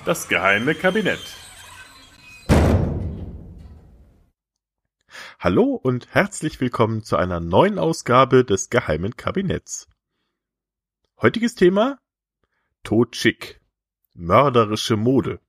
Das geheime Kabinett. Hallo und herzlich willkommen zu einer neuen Ausgabe des geheimen Kabinetts. Heutiges Thema: Totschick. Mörderische Mode.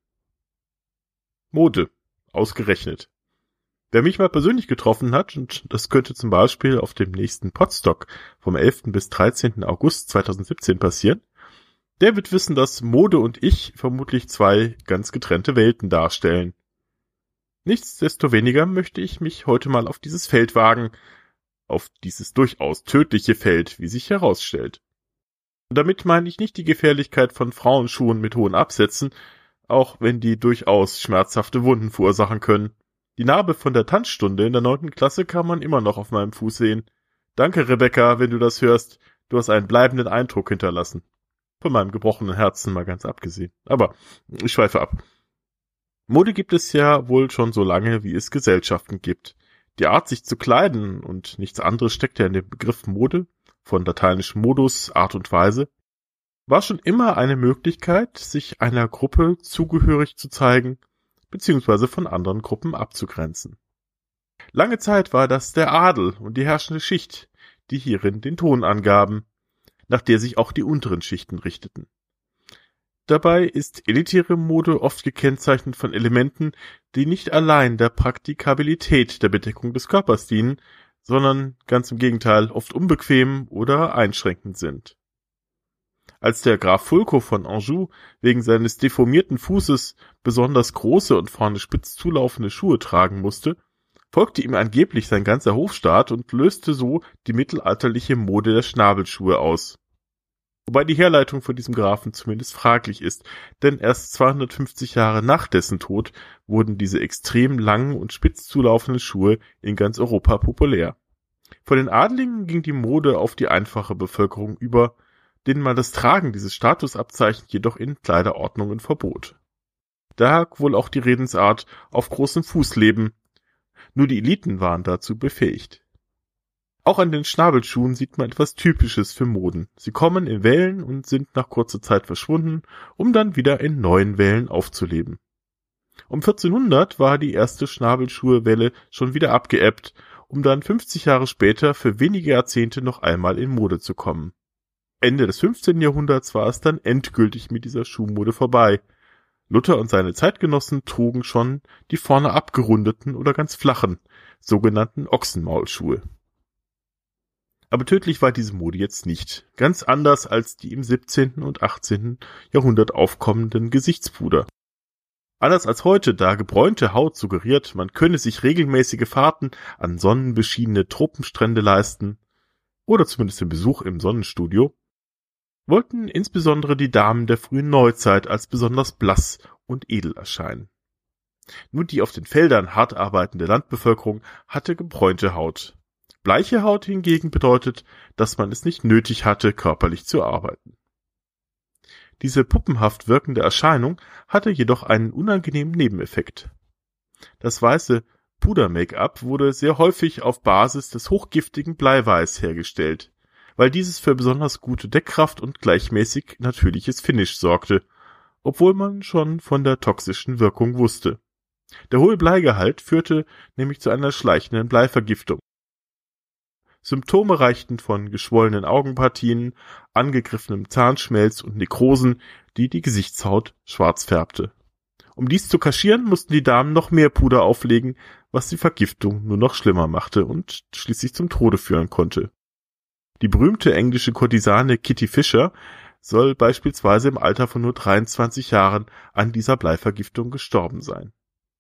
Mode, ausgerechnet. Wer mich mal persönlich getroffen hat, und das könnte zum Beispiel auf dem nächsten Podstock vom 11. bis 13. August 2017 passieren, der wird wissen, dass Mode und ich vermutlich zwei ganz getrennte Welten darstellen. Nichtsdestoweniger möchte ich mich heute mal auf dieses Feld wagen, auf dieses durchaus tödliche Feld, wie sich herausstellt. Und damit meine ich nicht die Gefährlichkeit von Frauenschuhen mit hohen Absätzen, auch wenn die durchaus schmerzhafte Wunden verursachen können. Die Narbe von der Tanzstunde in der 9. Klasse kann man immer noch auf meinem Fuß sehen. Danke, Rebecca, wenn du das hörst. Du hast einen bleibenden Eindruck hinterlassen. Von meinem gebrochenen Herzen mal ganz abgesehen. Aber ich schweife ab. Mode gibt es ja wohl schon so lange, wie es Gesellschaften gibt. Die Art, sich zu kleiden, und nichts anderes steckt ja in dem Begriff Mode, von lateinisch modus, Art und Weise, war schon immer eine Möglichkeit, sich einer Gruppe zugehörig zu zeigen, beziehungsweise von anderen Gruppen abzugrenzen. Lange Zeit war das der Adel und die herrschende Schicht, die hierin den Ton angaben, nach der sich auch die unteren Schichten richteten. Dabei ist elitäre Mode oft gekennzeichnet von Elementen, die nicht allein der Praktikabilität der Bedeckung des Körpers dienen, sondern ganz im Gegenteil oft unbequem oder einschränkend sind. Als der Graf Fulco von Anjou wegen seines deformierten Fußes besonders große und vorne spitz zulaufende Schuhe tragen musste, folgte ihm angeblich sein ganzer Hofstaat und löste so die mittelalterliche Mode der Schnabelschuhe aus. Wobei die Herleitung von diesem Grafen zumindest fraglich ist, denn erst 250 Jahre nach dessen Tod wurden diese extrem langen und spitz zulaufenden Schuhe in ganz Europa populär. Von den Adligen ging die Mode auf die einfache Bevölkerung über, denen man das Tragen dieses Statusabzeichens jedoch in Kleiderordnungen verbot. Daher wohl auch die Redensart auf großem Fuß leben, nur die Eliten waren dazu befähigt. Auch an den Schnabelschuhen sieht man etwas Typisches für Moden. Sie kommen in Wellen und sind nach kurzer Zeit verschwunden, um dann wieder in neuen Wellen aufzuleben. Um 1400 war die erste Schnabelschuhe-Welle schon wieder abgeebbt, um dann 50 Jahre später für wenige Jahrzehnte noch einmal in Mode zu kommen. Ende des 15. Jahrhunderts war es dann endgültig mit dieser Schuhmode vorbei. Luther und seine Zeitgenossen trugen schon die vorne abgerundeten oder ganz flachen, sogenannten Ochsenmaulschuhe. Aber tödlich war diese Mode jetzt nicht. Ganz anders als die im 17. und 18. Jahrhundert aufkommenden Gesichtspuder. Anders als heute, da gebräunte Haut suggeriert, man könne sich regelmäßige Fahrten an sonnenbeschienene Tropenstrände leisten, oder zumindest den Besuch im Sonnenstudio, wollten insbesondere die Damen der frühen Neuzeit als besonders blass und edel erscheinen. Nur die auf den Feldern hart arbeitende Landbevölkerung hatte gebräunte Haut. Bleiche Haut hingegen bedeutet, dass man es nicht nötig hatte, körperlich zu arbeiten. Diese puppenhaft wirkende Erscheinung hatte jedoch einen unangenehmen Nebeneffekt. Das weiße Puder-Make-up wurde sehr häufig auf Basis des hochgiftigen Bleiweiß hergestellt, weil dieses für besonders gute Deckkraft und gleichmäßig natürliches Finish sorgte, obwohl man schon von der toxischen Wirkung wusste. Der hohe Bleigehalt führte nämlich zu einer schleichenden Bleivergiftung. Symptome reichten von geschwollenen Augenpartien, angegriffenem Zahnschmelz und Nekrosen, die die Gesichtshaut schwarz färbte. Um dies zu kaschieren, mussten die Damen noch mehr Puder auflegen, was die Vergiftung nur noch schlimmer machte und schließlich zum Tode führen konnte. Die berühmte englische Kurtisane Kitty Fisher soll beispielsweise im Alter von nur 23 Jahren an dieser Bleivergiftung gestorben sein.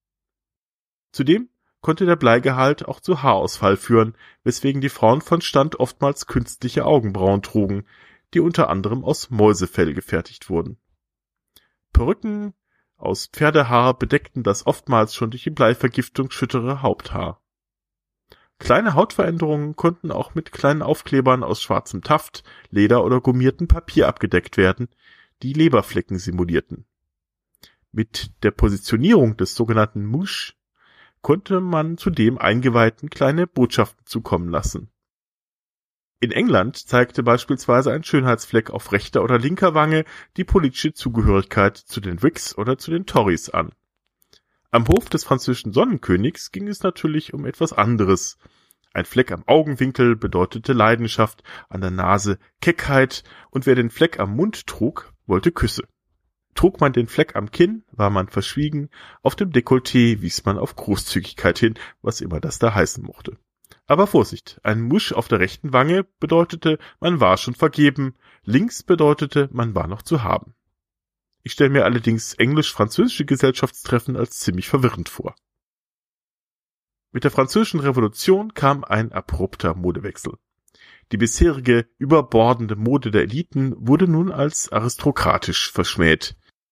Zudem konnte der Bleigehalt auch zu Haarausfall führen, weswegen die Frauen von Stand oftmals künstliche Augenbrauen trugen, die unter anderem aus Mäusefell gefertigt wurden. Perücken aus Pferdehaar bedeckten das oftmals schon durch die Bleivergiftung schüttere Haupthaar. Kleine Hautveränderungen konnten auch mit kleinen Aufklebern aus schwarzem Taft, Leder oder gummiertem Papier abgedeckt werden, die Leberflecken simulierten. Mit der Positionierung des sogenannten Mouche konnte man zudem Eingeweihten kleine Botschaften zukommen lassen. In England zeigte beispielsweise ein Schönheitsfleck auf rechter oder linker Wange die politische Zugehörigkeit zu den Whigs oder zu den Tories an. Am Hof des französischen Sonnenkönigs ging es natürlich um etwas anderes. Ein Fleck am Augenwinkel bedeutete Leidenschaft, an der Nase Keckheit und wer den Fleck am Mund trug, wollte Küsse. Trug man den Fleck am Kinn, war man verschwiegen, auf dem Dekolleté wies man auf Großzügigkeit hin, was immer das da heißen mochte. Aber Vorsicht, ein Musch auf der rechten Wange bedeutete, man war schon vergeben, links bedeutete, man war noch zu haben. Ich stelle mir allerdings englisch-französische Gesellschaftstreffen als ziemlich verwirrend vor. Mit der Französischen Revolution kam ein abrupter Modewechsel. Die bisherige überbordende Mode der Eliten wurde nun als aristokratisch verschmäht.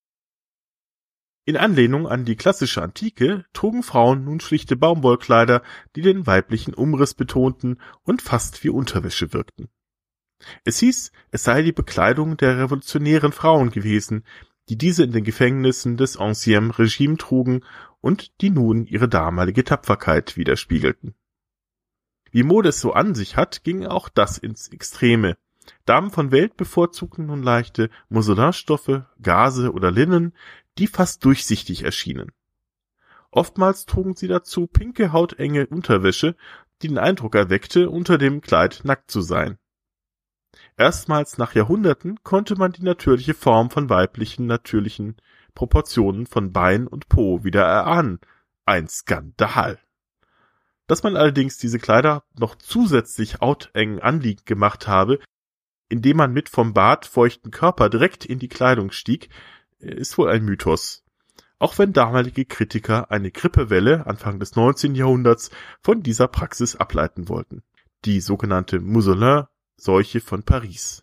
In Anlehnung an die klassische Antike trugen Frauen nun schlichte Baumwollkleider, die den weiblichen Umriss betonten und fast wie Unterwäsche wirkten. Es hieß, es sei die Bekleidung der revolutionären Frauen gewesen, die diese in den Gefängnissen des Ancien Regime trugen und die nun ihre damalige Tapferkeit widerspiegelten. Wie Mode es so an sich hat, ging auch das ins Extreme. Damen von Welt bevorzugten nun leichte Musselinstoffe, Gaze oder Linnen, die fast durchsichtig erschienen. Oftmals trugen sie dazu pinke, hautenge Unterwäsche, die den Eindruck erweckte, unter dem Kleid nackt zu sein. Erstmals nach Jahrhunderten konnte man die natürliche Form von weiblichen, natürlichen Proportionen von Bein und Po wieder erahnen. Ein Skandal! Dass man allerdings diese Kleider noch zusätzlich hauteng anliegend gemacht habe, indem man mit vom Bad feuchten Körper direkt in die Kleidung stieg, ist wohl ein Mythos. Auch wenn damalige Kritiker eine Grippewelle Anfang des 19. Jahrhunderts von dieser Praxis ableiten wollten. Die sogenannte Mousselin-Seuche von Paris.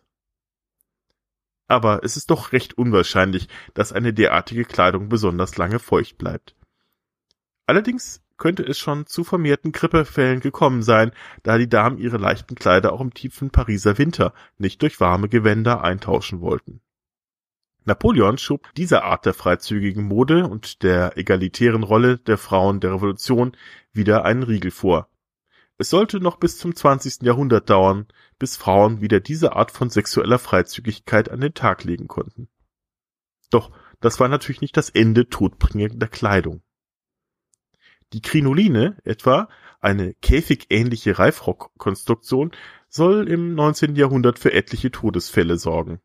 Aber es ist doch recht unwahrscheinlich, dass eine derartige Kleidung besonders lange feucht bleibt. Allerdings könnte es schon zu vermehrten Grippefällen gekommen sein, da die Damen ihre leichten Kleider auch im tiefen Pariser Winter nicht durch warme Gewänder eintauschen wollten. Napoleon schob dieser Art der freizügigen Mode und der egalitären Rolle der Frauen der Revolution wieder einen Riegel vor. Es sollte noch bis zum 20. Jahrhundert dauern, bis Frauen wieder diese Art von sexueller Freizügigkeit an den Tag legen konnten. Doch das war natürlich nicht das Ende todbringender Kleidung. Die Krinoline etwa, eine käfigähnliche Reifrockkonstruktion, soll im 19. Jahrhundert für etliche Todesfälle sorgen.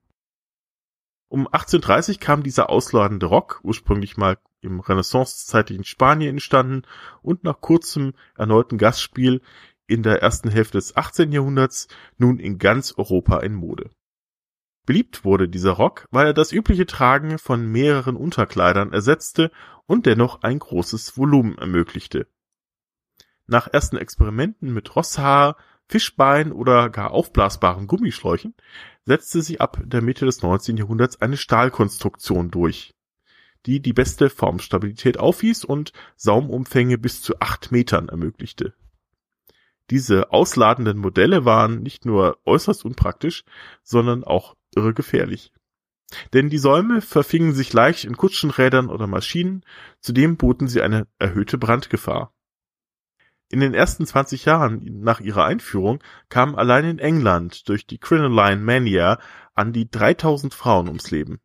Um 1830 kam dieser ausladende Rock, ursprünglich mal im renaissancezeitlichen Spanien entstanden und nach kurzem erneuten Gastspiel in der ersten Hälfte des 18. Jahrhunderts nun in ganz Europa in Mode. Beliebt wurde dieser Rock, weil er das übliche Tragen von mehreren Unterkleidern ersetzte und dennoch ein großes Volumen ermöglichte. Nach ersten Experimenten mit Rosshaar, Fischbein oder gar aufblasbaren Gummischläuchen setzte sich ab der Mitte des 19. Jahrhunderts eine Stahlkonstruktion durch, die die beste Formstabilität aufwies und Saumumfänge bis zu 8 Metern ermöglichte. Diese ausladenden Modelle waren nicht nur äußerst unpraktisch, sondern auch irre gefährlich. Denn die Säume verfingen sich leicht in Kutschenrädern oder Maschinen, zudem boten sie eine erhöhte Brandgefahr. In den ersten 20 Jahren nach ihrer Einführung kamen allein in England durch die Crinoline Mania an die 3000 Frauen ums Leben.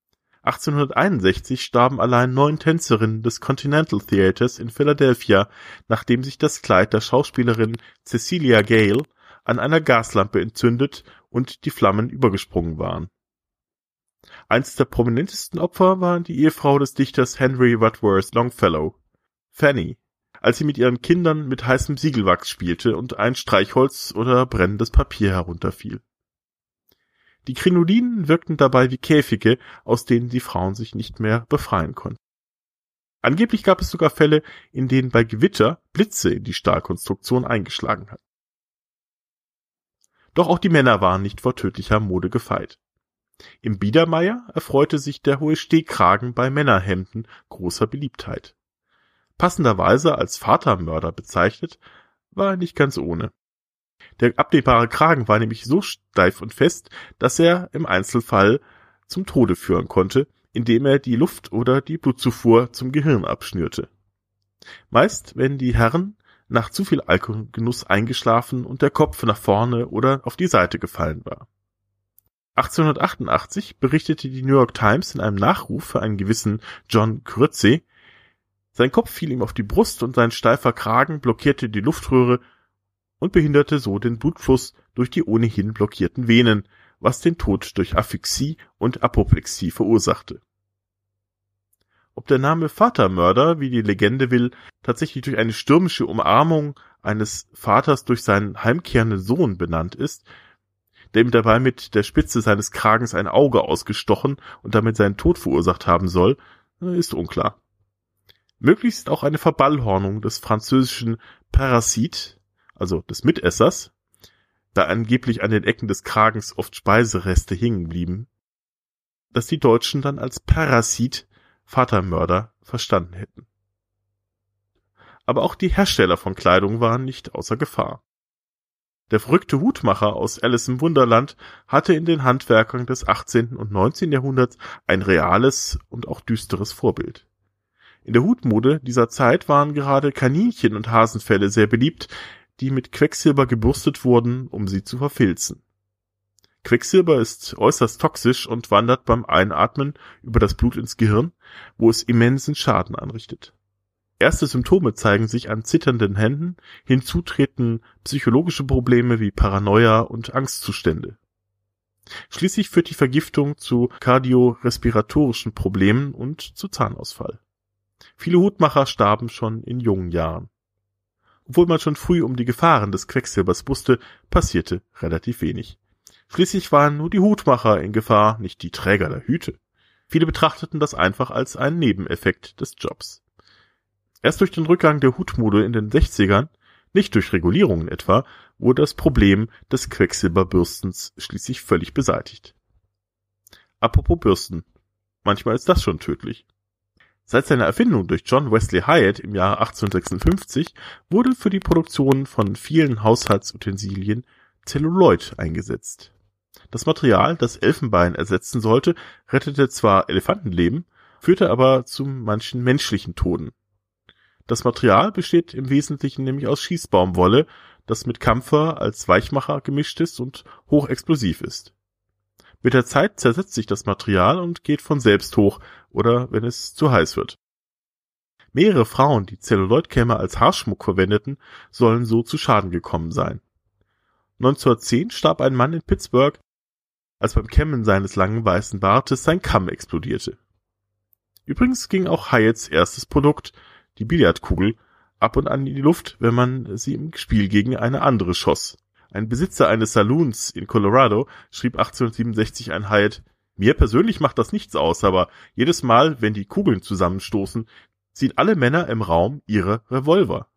1861 starben allein 9 Tänzerinnen des Continental Theatres in Philadelphia, nachdem sich das Kleid der Schauspielerin Cecilia Gale an einer Gaslampe entzündet und die Flammen übergesprungen waren. Eines der prominentesten Opfer war die Ehefrau des Dichters Henry Wadsworth Longfellow, Fanny, als sie mit ihren Kindern mit heißem Siegelwachs spielte und ein Streichholz oder brennendes Papier herunterfiel. Die Krinolinen wirkten dabei wie Käfige, aus denen die Frauen sich nicht mehr befreien konnten. Angeblich gab es sogar Fälle, in denen bei Gewitter Blitze in die Stahlkonstruktion eingeschlagen hatten. Doch auch die Männer waren nicht vor tödlicher Mode gefeit. Im Biedermeier erfreute sich der hohe Stehkragen bei Männerhemden großer Beliebtheit. Passenderweise als Vatermörder bezeichnet, war er nicht ganz ohne. Der abnehmbare Kragen war nämlich so steif und fest, dass er im Einzelfall zum Tode führen konnte, indem er die Luft oder die Blutzufuhr zum Gehirn abschnürte. Meist, wenn die Herren nach zu viel Alkoholgenuss eingeschlafen und der Kopf nach vorne oder auf die Seite gefallen war. 1888 berichtete die New York Times in einem Nachruf für einen gewissen John Grütze: Sein Kopf fiel ihm auf die Brust und sein steifer Kragen blockierte die Luftröhre und behinderte so den Blutfluss durch die ohnehin blockierten Venen, was den Tod durch Asphyxie und Apoplexie verursachte. Ob der Name Vatermörder, wie die Legende will, tatsächlich durch eine stürmische Umarmung eines Vaters durch seinen heimkehrenden Sohn benannt ist, der ihm dabei mit der Spitze seines Kragens ein Auge ausgestochen und damit seinen Tod verursacht haben soll, ist unklar. Möglich ist auch eine Verballhornung des französischen Parasite, also des Mitessers, da angeblich an den Ecken des Kragens oft Speisereste hingen blieben, dass die Deutschen dann als Parasit Vatermörder verstanden hätten. Aber auch die Hersteller von Kleidung waren nicht außer Gefahr. Der verrückte Hutmacher aus Alice im Wunderland hatte in den Handwerkern des 18. und 19. Jahrhunderts ein reales und auch düsteres Vorbild. In der Hutmode dieser Zeit waren gerade Kaninchen- und Hasenfelle sehr beliebt, die mit Quecksilber gebürstet wurden, um sie zu verfilzen. Quecksilber ist äußerst toxisch und wandert beim Einatmen über das Blut ins Gehirn, wo es immensen Schaden anrichtet. Erste Symptome zeigen sich an zitternden Händen, hinzu treten psychologische Probleme wie Paranoia und Angstzustände. Schließlich führt die Vergiftung zu kardiorespiratorischen Problemen und zu Zahnausfall. Viele Hutmacher starben schon in jungen Jahren. Obwohl man schon früh um die Gefahren des Quecksilbers wusste, passierte relativ wenig. Schließlich waren nur die Hutmacher in Gefahr, nicht die Träger der Hüte. Viele betrachteten das einfach als einen Nebeneffekt des Jobs. Erst durch den Rückgang der Hutmode in den 60ern, nicht durch Regulierungen etwa, wurde das Problem des Quecksilberbürstens schließlich völlig beseitigt. Apropos Bürsten. Manchmal ist das schon tödlich. Seit seiner Erfindung durch John Wesley Hyatt im Jahr 1856 wurde für die Produktion von vielen Haushaltsutensilien Zelluloid eingesetzt. Das Material, das Elfenbein ersetzen sollte, rettete zwar Elefantenleben, führte aber zu manchen menschlichen Toten. Das Material besteht im Wesentlichen nämlich aus Schießbaumwolle, das mit Kampfer als Weichmacher gemischt ist und hochexplosiv ist. Mit der Zeit zersetzt sich das Material und geht von selbst hoch oder wenn es zu heiß wird. Mehrere Frauen, die Zelluloidkämme als Haarschmuck verwendeten, sollen so zu Schaden gekommen sein. 1910 starb ein Mann in Pittsburgh, als beim Kämmen seines langen weißen Bartes sein Kamm explodierte. Übrigens ging auch Hyatts erstes Produkt, die Billardkugel, ab und an in die Luft, wenn man sie im Spiel gegen eine andere schoss. Ein Besitzer eines Saloons in Colorado schrieb 1867 an Hyatt: Mir persönlich macht das nichts aus, aber jedes Mal, wenn die Kugeln zusammenstoßen, ziehen alle Männer im Raum ihre Revolver.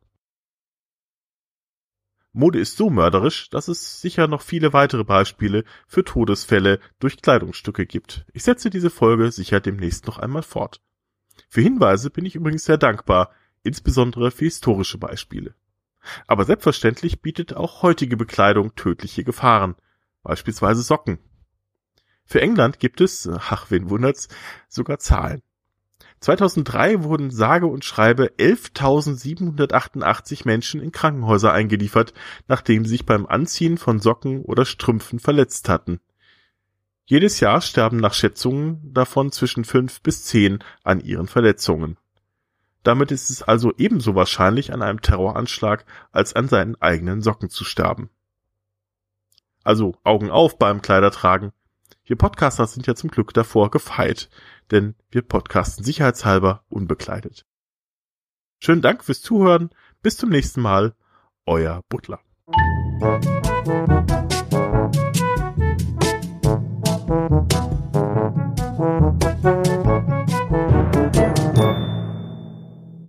Mode ist so mörderisch, dass es sicher noch viele weitere Beispiele für Todesfälle durch Kleidungsstücke gibt. Ich setze diese Folge sicher demnächst noch einmal fort. Für Hinweise bin ich übrigens sehr dankbar, insbesondere für historische Beispiele. Aber selbstverständlich bietet auch heutige Bekleidung tödliche Gefahren, beispielsweise Socken. Für England gibt es, ach wen wundert's, sogar Zahlen. 2003 wurden sage und schreibe 11.788 Menschen in Krankenhäuser eingeliefert, nachdem sie sich beim Anziehen von Socken oder Strümpfen verletzt hatten. Jedes Jahr sterben nach Schätzungen davon zwischen 5 bis 10 an ihren Verletzungen. Damit ist es also ebenso wahrscheinlich, an einem Terroranschlag als an seinen eigenen Socken zu sterben. Also Augen auf beim Kleidertragen. Wir Podcaster sind ja zum Glück davor gefeit, denn wir podcasten sicherheitshalber unbekleidet. Schönen Dank fürs Zuhören. Bis zum nächsten Mal. Euer Butler.